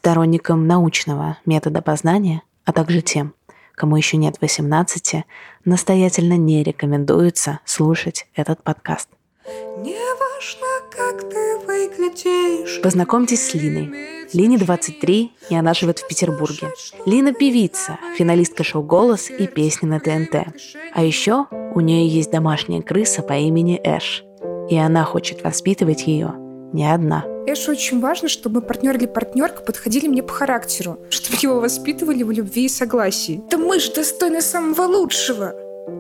сторонникам научного метода познания, а также тем, кому еще нет 18, настоятельно не рекомендуется слушать этот подкаст. Неважно, как ты выглядишь. Познакомьтесь с Линой. Лине 23, и она живет в Петербурге. Лина – певица, финалистка шоу «Голос» и песни на ТНТ. А еще у нее есть домашняя крыса по имени Эш. И она хочет воспитывать ее не одна. Эшу очень важно, чтобы партнер или партнерка подходили мне по характеру, чтобы его воспитывали в любви и согласии. Да мы же достойны самого лучшего.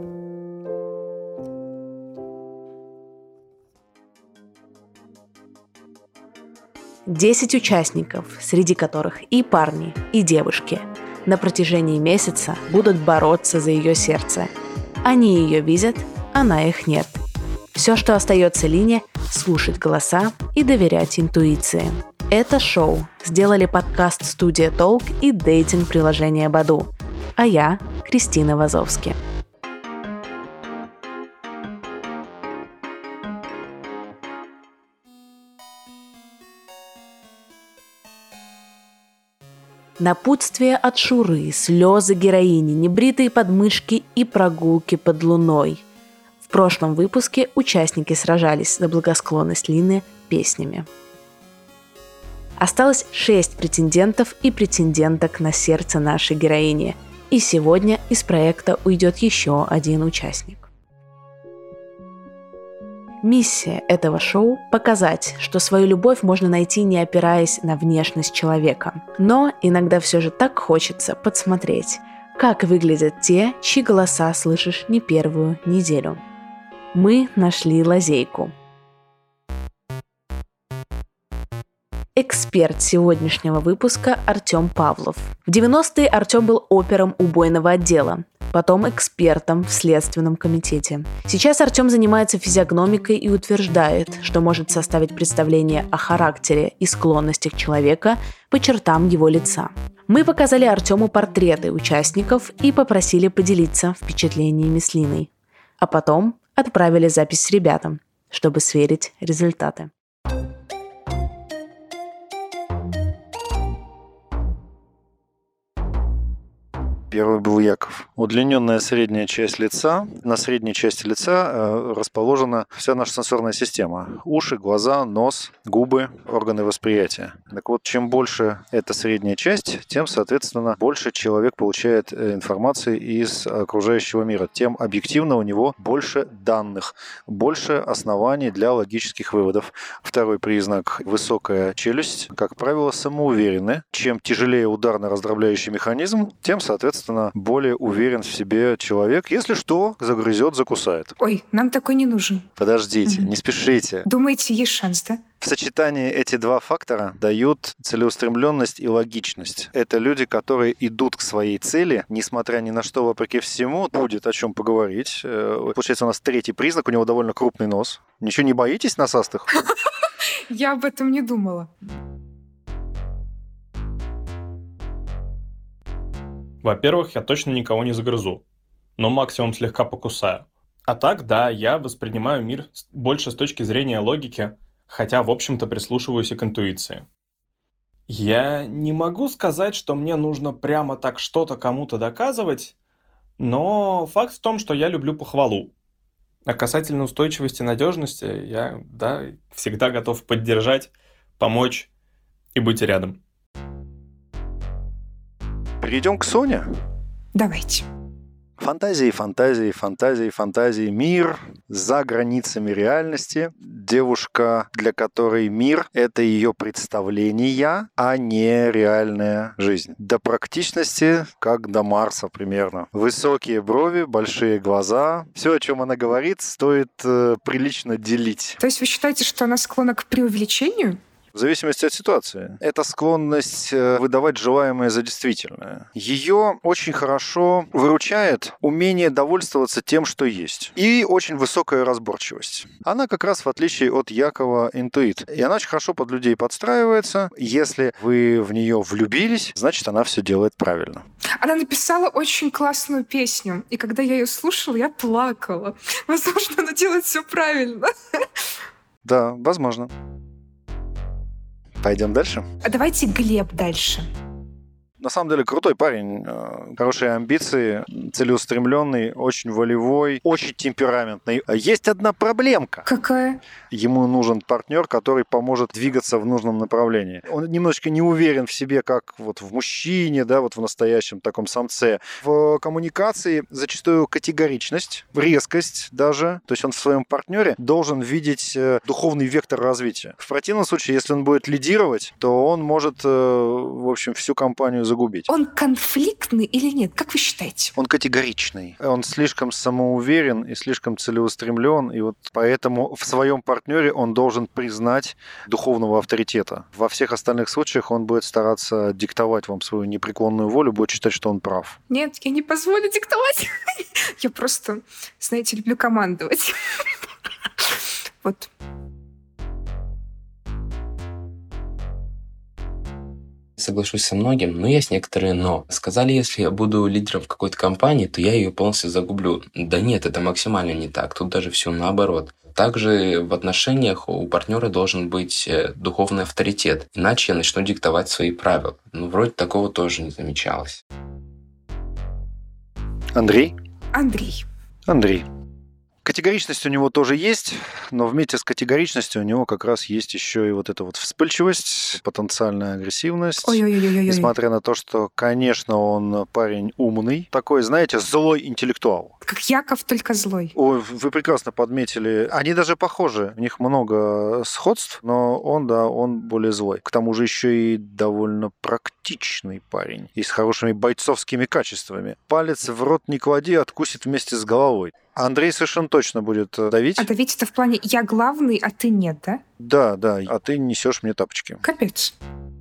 Десять участников, среди которых и парни, и девушки, на протяжении месяца будут бороться за ее сердце. Они ее видят, она их нет. Все, что остается Лине, слушать голоса и доверять интуиции. Это шоу сделали подкаст «Студия Толк» и дейтинг-приложение Баду. А я Кристина Вазовски. Напутствие от Шуры, слезы героини, небритые подмышки и прогулки под луной. В прошлом выпуске участники сражались за благосклонность Лины песнями. Осталось 6 претендентов и претенденток на сердце нашей героини. И сегодня из проекта уйдет еще один участник. Миссия этого шоу – показать, что свою любовь можно найти, не опираясь на внешность человека. Но иногда все же так хочется подсмотреть, как выглядят те, чьи голоса слышишь не первую неделю. Мы нашли лазейку. Эксперт сегодняшнего выпуска Артем Павлов. В 90-е Артем был опером убойного отдела, потом экспертом в Следственном комитете. Сейчас Артем занимается физиогномикой и утверждает, что может составить представление о характере и склонностях человека по чертам его лица. Мы показали Артему портреты участников и попросили поделиться впечатлениями с Линой. А потом отправили запись ребятам, чтобы сверить результаты. Первый был Яков. Удлиненная средняя часть лица. На средней части лица расположена вся наша сенсорная система. Уши, глаза, нос, губы, органы восприятия. Так вот, чем больше эта средняя часть, тем, соответственно, больше человек получает информации из окружающего мира. Тем объективно у него больше данных, больше оснований для логических выводов. Второй признак – высокая челюсть. Как правило, самоуверены. Чем тяжелее ударно-раздробляющий механизм, тем, соответственно, более уверен в себе человек. Если что, загрызет, закусает. Ой, нам такой не нужен. Подождите, не спешите. Думаете, есть шанс, да? В сочетании эти два фактора дают целеустремленность и логичность. Это люди, которые идут к своей цели, несмотря ни на что, вопреки всему. Будет о чем поговорить. Получается, у нас третий признак, у него довольно крупный нос. Ничего не боитесь носастых? Я об этом не думала. Во-первых, я точно никого не загрызу, но максимум слегка покусаю. А так, да, я воспринимаю мир больше с точки зрения логики, хотя, в общем-то, прислушиваюсь и к интуиции. Я не могу сказать, что мне нужно прямо так что-то кому-то доказывать, но факт в том, что я люблю похвалу. А касательно устойчивости и надежности, я, да, всегда готов поддержать, помочь и быть рядом. Перейдем к Соне. Давайте. Фантазии, фантазии, фантазии, фантазии. Мир за границами реальности. Девушка, для которой мир – это ее представление, а не реальная жизнь. До практичности, как до Марса примерно. Высокие брови, большие глаза. Все, о чем она говорит, стоит прилично делить. То есть вы считаете, что она склонна к преувеличению? В зависимости от ситуации. Это склонность выдавать желаемое за действительное. Ее очень хорошо выручает умение довольствоваться тем, что есть. И очень высокая разборчивость. Она как раз, в отличие от Якова, интуит. И она очень хорошо под людей подстраивается. Если вы в нее влюбились, значит, она все делает правильно. Она написала очень классную песню. И когда я ее слушала, я плакала. Возможно, она делает все правильно. Да, возможно. Пойдем дальше? А давайте Глеб дальше. На самом деле крутой парень, хорошие амбиции, целеустремленный, очень волевой, очень темпераментный. Есть одна проблемка. Какая? Ему нужен партнер, который поможет двигаться в нужном направлении. Он немножечко не уверен в себе, как вот в мужчине, да, вот в настоящем таком самце. В коммуникации зачастую категоричность, резкость даже. То есть он в своем партнере должен видеть духовный вектор развития. В противном случае, если он будет лидировать, то он может, в общем, всю компанию загубить. Он конфликтный или нет? Как вы считаете? Он категоричный. Он слишком самоуверен и слишком целеустремлен. И вот поэтому в своем партнере он должен признать духовного авторитета. Во всех остальных случаях он будет стараться диктовать вам свою непреклонную волю, будет считать, что он прав. Нет, я не позволю диктовать. Я просто, знаете, люблю командовать. Вот. Соглашусь со многим, но есть некоторые «но». Сказали, если я буду лидером в какой-то компании, то я ее полностью загублю. Да нет, это максимально не так. Тут даже все наоборот. Также в отношениях у партнера должен быть духовный авторитет, иначе я начну диктовать свои правила. Но вроде такого тоже не замечалось. Андрей? Андрей. Категоричность у него тоже есть, но вместе с категоричностью у него как раз есть еще и вот эта вот вспыльчивость, потенциальная агрессивность. Ой-ой-ой. Несмотря на то, что, конечно, он парень умный, такой, знаете, злой интеллектуал. Как Яков, только злой. Ой, вы прекрасно подметили. Они даже похожи. У них много сходств, но он более злой. К тому же еще и довольно практичный парень. И с хорошими бойцовскими качествами. Палец в рот не клади, откусит вместе с головой. Андрей совершенно точно будет давить. А давить это в плане «я главный, а ты нет», да? Да, а ты несешь мне тапочки. Капец.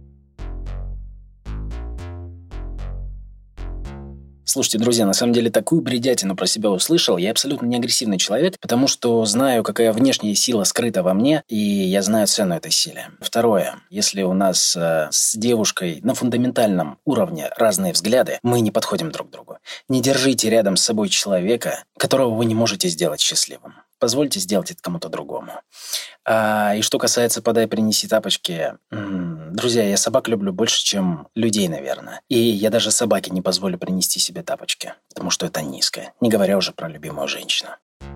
Слушайте, друзья, на самом деле такую бредятину про себя услышал. Я абсолютно не агрессивный человек, потому что знаю, какая внешняя сила скрыта во мне, и я знаю цену этой силе. Второе. Если у нас с девушкой на фундаментальном уровне разные взгляды, мы не подходим друг к другу. Не держите рядом с собой человека, которого вы не можете сделать счастливым. Позвольте сделать это кому-то другому. И что касается «подай, принеси тапочки», друзья, я собак люблю больше, чем людей, наверное. И я даже собаке не позволю принести себе тапочки, потому что это низко, не говоря уже про любимую женщину.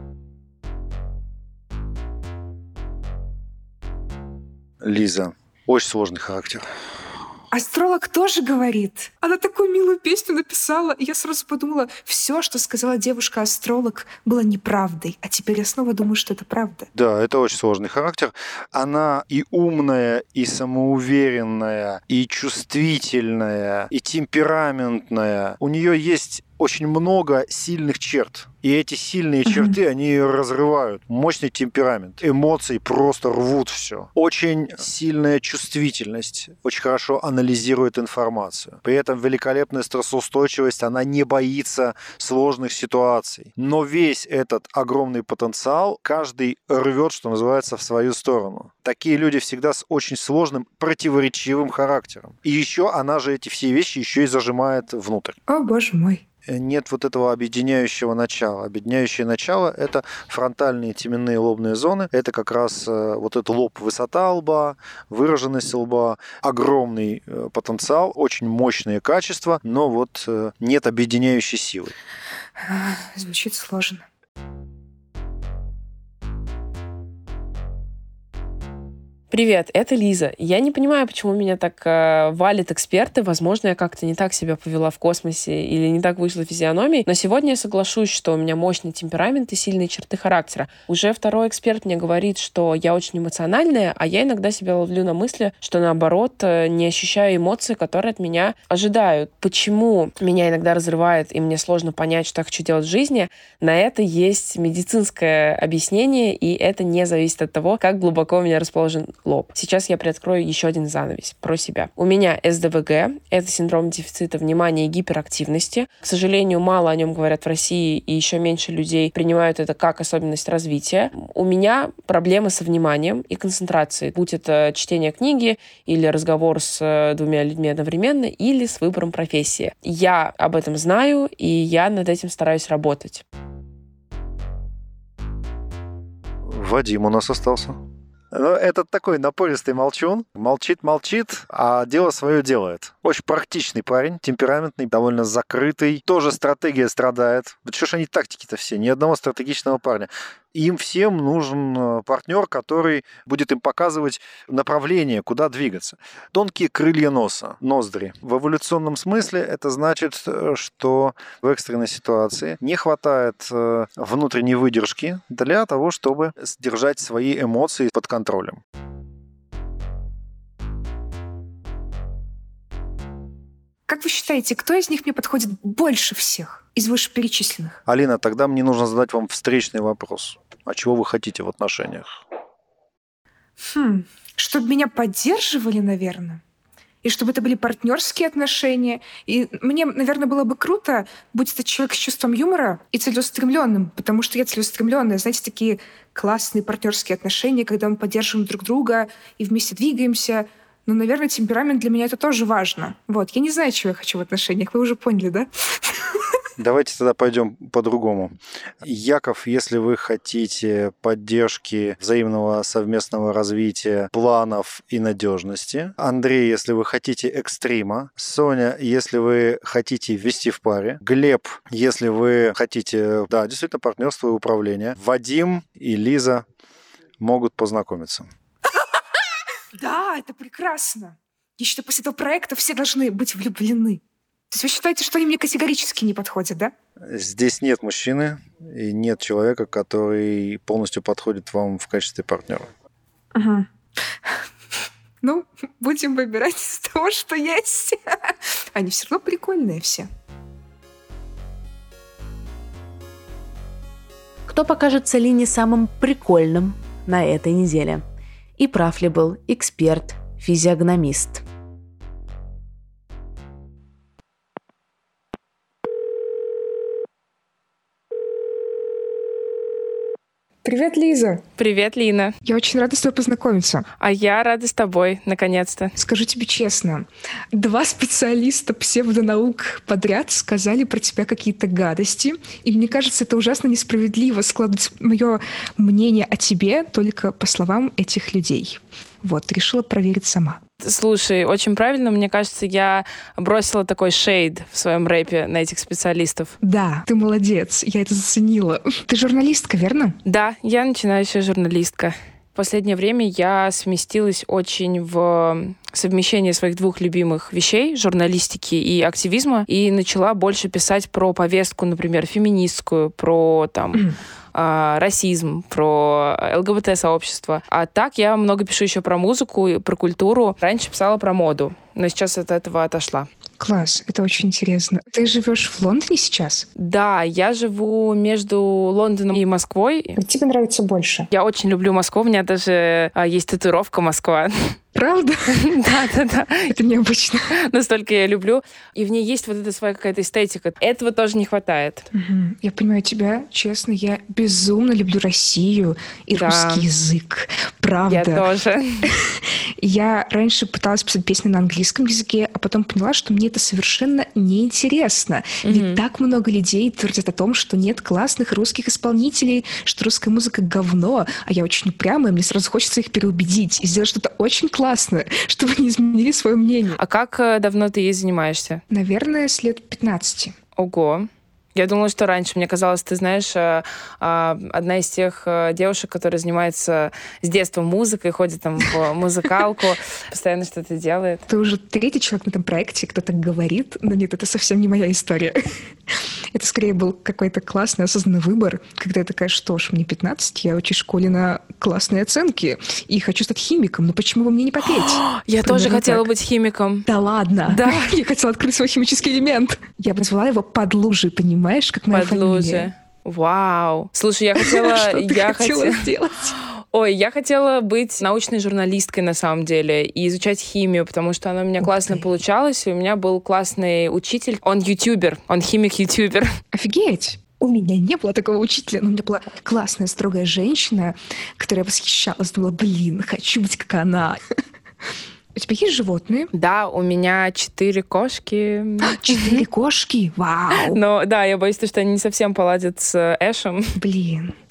Лиза, очень сложный характер. Астролог тоже говорит. Она такую милую песню написала, и я сразу подумала, все, что сказала девушка-астролог, было неправдой. А теперь я снова думаю, что это правда. Да, это очень сложный характер. Она и умная, и самоуверенная, и чувствительная, и темпераментная. У нее есть очень много сильных черт. И эти сильные черты, они ее разрывают. Мощный темперамент. Эмоции просто рвут все. Очень сильная чувствительность. Очень хорошо анализирует информацию. При этом великолепная стрессоустойчивость. Она не боится сложных ситуаций. Но весь этот огромный потенциал каждый рвет, что называется, в свою сторону. Такие люди всегда с очень сложным, противоречивым характером. И еще она же эти все вещи еще и зажимает внутрь. О, боже мой. Нет вот этого объединяющего начала. Объединяющее начало – это фронтальные теменные лобные зоны. Это как раз вот этот лоб, высота лба, выраженность лба, огромный потенциал, очень мощные качества, но вот нет объединяющей силы. Звучит сложно. Привет, это Лиза. Я не понимаю, почему меня так валят эксперты. Возможно, я как-то не так себя повела в космосе или не так вышла физиономией. Но сегодня я соглашусь, что у меня мощный темперамент и сильные черты характера. Уже второй эксперт мне говорит, что я очень эмоциональная, а я иногда себя ловлю на мысли, что наоборот, не ощущаю эмоций, которые от меня ожидают. Почему меня иногда разрывает и мне сложно понять, что я хочу делать в жизни? На это есть медицинское объяснение, и это не зависит от того, как глубоко у меня расположен лоб. Сейчас я приоткрою еще один занавес про себя. У меня СДВГ, это синдром дефицита внимания и гиперактивности. К сожалению, мало о нем говорят в России, и еще меньше людей принимают это как особенность развития. У меня проблемы со вниманием и концентрацией, будь это чтение книги или разговор с двумя людьми одновременно, или с выбором профессии. Я об этом знаю, и я над этим стараюсь работать. Вадим у нас остался. Ну, это такой напористый молчун. Молчит, а дело свое делает. Очень практичный парень, темпераментный, довольно закрытый. Тоже стратегия страдает. Да что ж они тактики-то все? Ни одного стратегичного парня. Им всем нужен партнер, который будет им показывать направление, куда двигаться. Тонкие крылья носа, ноздри. В эволюционном смысле это значит, что в экстренной ситуации не хватает внутренней выдержки для того, чтобы сдержать свои эмоции под контролем. Как вы считаете, кто из них мне подходит больше всех из вышеперечисленных? Алина, тогда мне нужно задать вам встречный вопрос. А чего вы хотите в отношениях? Чтобы меня поддерживали, наверное. И чтобы это были партнерские отношения. И мне, наверное, было бы круто, будь это человек с чувством юмора и целеустремленным, потому что я целеустремленная. Знаете, такие классные партнерские отношения, когда мы поддерживаем друг друга и вместе двигаемся. Но, наверное, темперамент для меня это тоже важно. Вот. Я не знаю, чего я хочу в отношениях. Вы уже поняли, да? Давайте тогда пойдем по-другому. Яков, если вы хотите поддержки, взаимного совместного развития, планов и надежности. Андрей, если вы хотите экстрима. Соня, если вы хотите вести в паре. Глеб, если вы хотите, да, действительно, партнерство и управление. Вадим и Лиза могут познакомиться. Да, это прекрасно. Я считаю, после этого проекта все должны быть влюблены. То есть вы считаете, что они мне категорически не подходят, да? Здесь нет мужчины и нет человека, который полностью подходит вам в качестве партнера. Угу. Ну, будем выбирать из того, что есть. Они все равно прикольные все. Кто покажется Лине самым прикольным на этой неделе? И прав ли был эксперт, физиогномист? Привет, Лиза. Привет, Лина. Я очень рада с тобой познакомиться. А я рада с тобой, наконец-то. Скажу тебе честно, 2 специалиста псевдонаук подряд сказали про тебя какие-то гадости, и мне кажется, это ужасно несправедливо складывать мое мнение о тебе только по словам этих людей. Вот, решила проверить сама. Слушай, очень правильно, мне кажется, я бросила такой шейд в своем рэпе на этих специалистов. Да, ты молодец, я это заценила. Ты журналистка, верно? Да, я начинающая журналистка. В последнее время я сместилась очень в совмещение своих 2 любимых вещей, журналистики и активизма, и начала больше писать про повестку, например, феминистскую, про там расизм, про ЛГБТ-сообщество. А так я много пишу еще про музыку и про культуру. Раньше писала про моду, но сейчас от этого отошла. Класс, это очень интересно. Ты живешь в Лондоне сейчас? Да, я живу между Лондоном и Москвой. Где тебе нравится больше? Я очень люблю Москву, у меня даже есть татуировка «Москва». Правда? Да. Это необычно. Настолько я люблю. И в ней есть вот эта своя какая-то эстетика. Этого тоже не хватает. Я понимаю тебя, честно, я безумно люблю Россию и русский язык. Правда. Я тоже. Я раньше пыталась писать песни на английском языке, а потом поняла, что мне это совершенно неинтересно. Ведь так много людей твердят о том, что нет классных русских исполнителей, что русская музыка говно, а я очень упрямая, мне сразу хочется их переубедить и сделать что-то очень классное, чтобы они изменили свое мнение. А как давно ты ей занимаешься? Наверное, с лет 15. Ого. Я думала, что раньше. Мне казалось, ты знаешь, одна из тех девушек, которая занимается с детства музыкой, ходит там в музыкалку, постоянно что-то делает. Ты уже 3-й человек на этом проекте, кто так говорит, но нет, это совсем не моя история. Это скорее был какой-то классный осознанный выбор, когда я такая, что ж, мне 15, я учусь в школе на классные оценки и хочу стать химиком, но почему бы мне не попеть? Я тоже хотела быть химиком. Да ладно? Да. Я хотела открыть свой химический элемент. Я бы назвала его «Под лужей», понимаешь, как моя фамилия. Вау. Слушай, я хотела... Что ты хотела сделать? Ой, я хотела быть научной журналисткой на самом деле и изучать химию, потому что она у меня классно получалась, и у меня был классный учитель. Он ютубер, он химик-ютубер. Офигеть! У меня не было такого учителя, но у меня была классная, строгая женщина, которая восхищалась, думала, блин, хочу быть как она. У тебя есть животные? Да, у меня 4 кошки. 4 кошки? Вау! Но да, я боюсь, что они не совсем поладят с Эшем. Блин.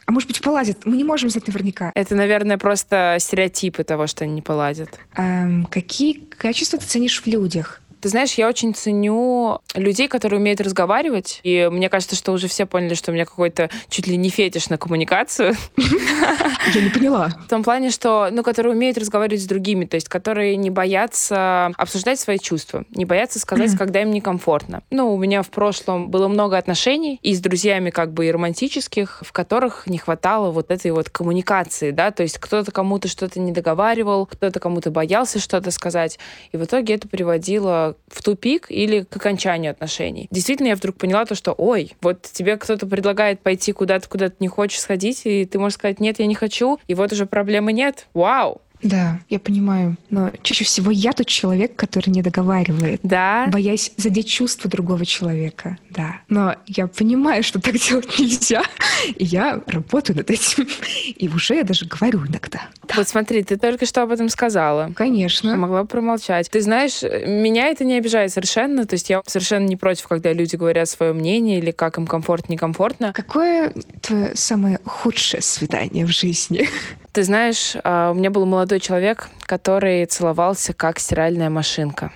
А может быть, поладят? Мы не можем знать наверняка. Это, наверное, просто стереотипы того, что они не поладят. Какие качества ты ценишь в людях? Ты знаешь, я очень ценю людей, которые умеют разговаривать. И мне кажется, что уже все поняли, что у меня какой-то чуть ли не фетиш на коммуникацию. Я не поняла. В том плане, что, которые умеют разговаривать с другими, то есть которые не боятся обсуждать свои чувства, не боятся сказать, когда им некомфортно. У меня в прошлом было много отношений и с друзьями и романтических, в которых не хватало вот этой вот коммуникации, да, то есть кто-то кому-то что-то не договаривал, кто-то кому-то боялся что-то сказать, и в итоге это приводило в тупик или к окончанию отношений. Действительно, я вдруг поняла то, что, вот тебе кто-то предлагает пойти куда-то, куда ты не хочешь сходить, и ты можешь сказать, нет, я не хочу, и вот уже проблемы нет. Вау! Да, я понимаю. Но чаще всего я тот человек, который не договаривает. Да. Боясь задеть чувства другого человека. Да. Но я понимаю, что так делать нельзя. И я работаю над этим. И уже я даже говорю иногда. Да. Вот смотри, ты только что об этом сказала. Конечно. Могла бы промолчать. Ты знаешь, меня это не обижает совершенно. То есть я совершенно не против, когда люди говорят свое мнение или как им комфортно, некомфортно. Какое твое самое худшее свидание в жизни? Ты знаешь, у меня был молодой человек, который целовался как стиральная машинка.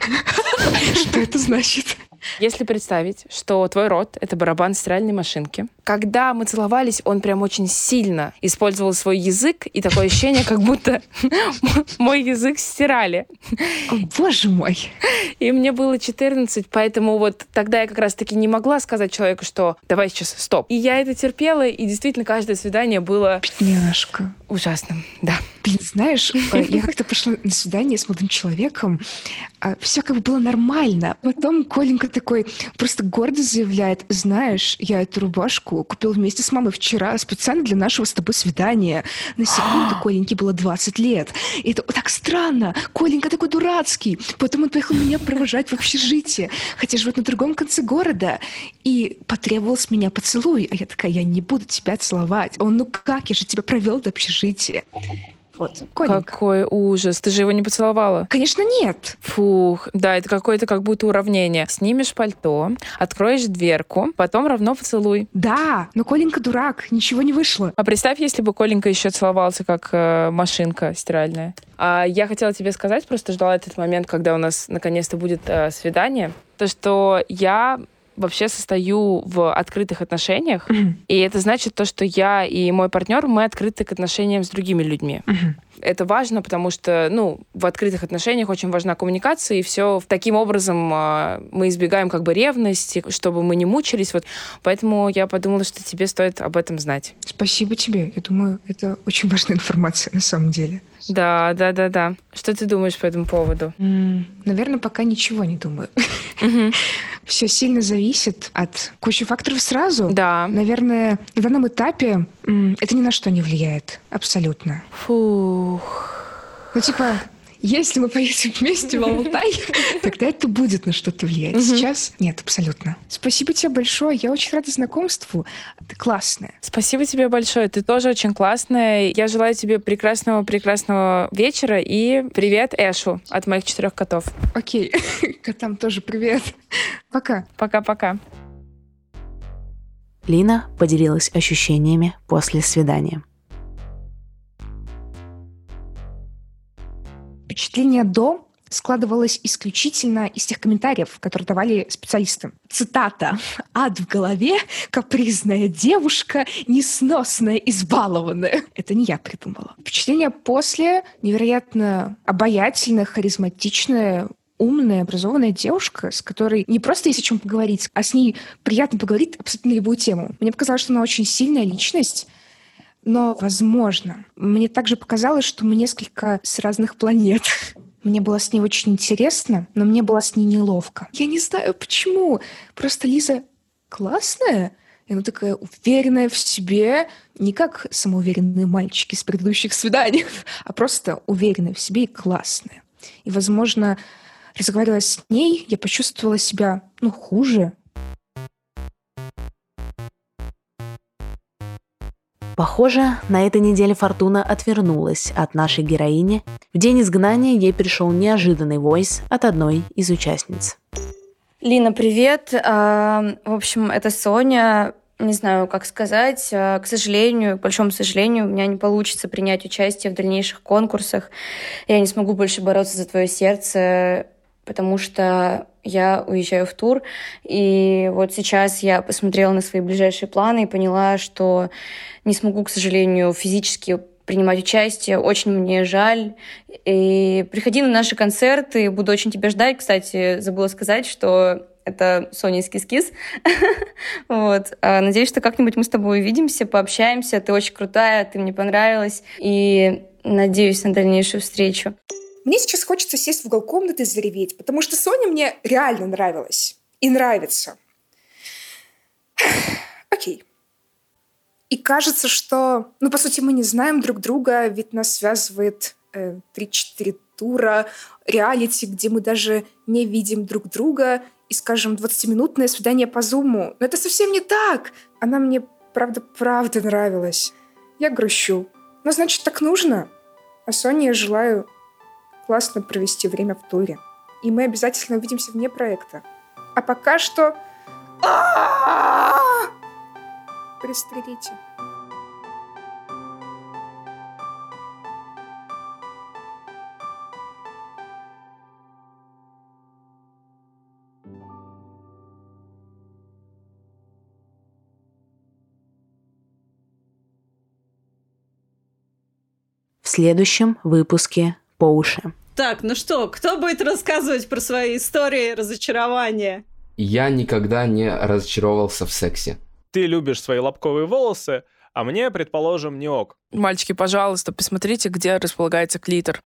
Что это значит? Если представить, что твой рот — это барабан стиральной машинки, когда мы целовались, он прям очень сильно использовал свой язык, и такое ощущение, как будто мой язык стирали. О, боже мой! И мне было 14, поэтому вот тогда я как раз-таки не могла сказать человеку, что давай сейчас стоп. И я это терпела, и действительно каждое свидание было... Бедняжка. Ужасным, да. Блин, знаешь, я как-то пошла на свидание с молодым человеком, все как бы было нормально. Потом Коленька такой просто гордо заявляет, знаешь, я эту рубашку купил вместе с мамой вчера специально для нашего с тобой свидания. На секунду Коленьке было 20 лет. И это так странно. Коленька такой дурацкий. Потом он поехал меня провожать в общежитие, хотя живет на другом конце города. И потребовал с меня поцелуй. А я такая, я не буду тебя целовать. Он, ну как, я же тебя провел до общежития. Вот, Коленька. Какой ужас. Ты же его не поцеловала? Конечно, нет. Фух. Да, это какое-то как будто уравнение. Снимешь пальто, откроешь дверку, потом равно поцелуй. Да, но Коленька дурак, ничего не вышло. А представь, если бы Коленька еще целовался, как машинка стиральная. Я хотела тебе сказать, просто ждала этот момент, когда у нас наконец-то будет свидание, то, что я вообще состою в открытых отношениях, и это значит то, что я и мой партнер, мы открыты к отношениям с другими людьми. Это важно, потому что, в открытых отношениях очень важна коммуникация, и все таким образом мы избегаем ревности, чтобы мы не мучились. Вот. Поэтому я подумала, что тебе стоит об этом знать. Спасибо тебе. Я думаю, это очень важная информация на самом деле. Да. Что ты думаешь по этому поводу? Наверное, пока ничего не думаю. Все сильно зависит от кучи факторов сразу. Да. Наверное, на данном этапе это ни на что не влияет. Абсолютно. Фух. Если мы поедем вместе в Алтай, тогда это будет на что-то влиять. Сейчас нет, абсолютно. Спасибо тебе большое. Я очень рада знакомству. Ты классная. Спасибо тебе большое. Ты тоже очень классная. Я желаю тебе прекрасного вечера. И привет Эшу от моих 4 котов. Окей. Котам тоже привет. Пока. Пока-пока. Лина поделилась ощущениями после свидания. Впечатление до складывалось исключительно из тех комментариев, которые давали специалисты. Цитата. «Ад в голове, капризная девушка, несносная, избалованная». Это не я придумала. Впечатление после невероятно обаятельная, харизматичная, умная, образованная девушка, с которой не просто есть о чем поговорить, а с ней приятно поговорить абсолютно на любую тему. Мне показалось, что она очень сильная личность, но, возможно, мне также показалось, что мы несколько с разных планет. Мне было с ней очень интересно, но мне было с ней неловко. Я не знаю, почему. Просто Лиза классная, и она такая уверенная в себе, не как самоуверенные мальчики с предыдущих свиданий, а просто уверенная в себе и классная. И, возможно, разговаривая с ней, я почувствовала себя, хуже. Похоже, на этой неделе Фортуна отвернулась от нашей героини. В день изгнания ей пришел неожиданный войс от одной из участниц. Лина, привет. В общем, это Соня. не знаю, как сказать, к сожалению, к большому сожалению, у меня не получится принять участие в дальнейших конкурсах. Я не смогу больше бороться за твое сердце, потому что я уезжаю в тур. И вот сейчас я посмотрела на свои ближайшие планы и поняла, что не смогу, к сожалению, физически принимать участие. Очень мне жаль. И приходи на наши концерты, буду очень тебя ждать. Кстати, забыла сказать, что это Соня из Кис-Кис. Вот. Надеюсь, что как-нибудь мы с тобой увидимся, пообщаемся. Ты очень крутая, ты мне понравилась. И надеюсь на дальнейшую встречу. Мне сейчас хочется сесть в угол комнаты и зареветь, потому что Соня мне реально нравилась. И нравится. Окей. И кажется, что, по сути, мы не знаем друг друга, ведь нас связывает 3-4 тура, реалити, где мы даже не видим друг друга, и, скажем, 20-минутное свидание по Зуму. Но это совсем не так. Она мне правда нравилась. Я грущу. Но значит, так нужно. А Соне я желаю классно провести время в туре. И мы обязательно увидимся вне проекта. А пока что... Пристрелите. В следующем выпуске по уши. Так, ну что, кто будет рассказывать про свои истории разочарования? Я никогда не разочаровался в сексе. Ты любишь свои лобковые волосы, а мне, предположим, не ок. Мальчики, пожалуйста, посмотрите, где располагается клитор.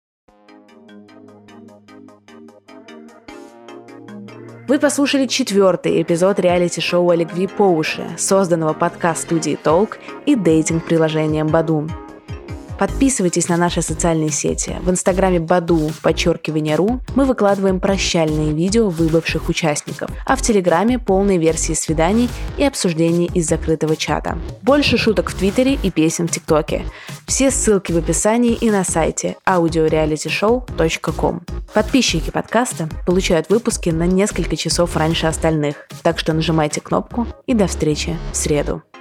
Вы послушали 4-й эпизод реалити-шоу о любви по уши, созданного подкаст-студией Talk и дейтинг-приложением Badoo. Подписывайтесь на наши социальные сети. В инстаграме Badoo_ру мы выкладываем прощальные видео выбывших участников, а в телеграме полные версии свиданий и обсуждений из закрытого чата. Больше шуток в Твиттере и песен в ТикТоке. Все ссылки в описании и на сайте audiorealityshow.com. Подписчики подкаста получают выпуски на несколько часов раньше остальных, так что нажимайте кнопку и до встречи в среду.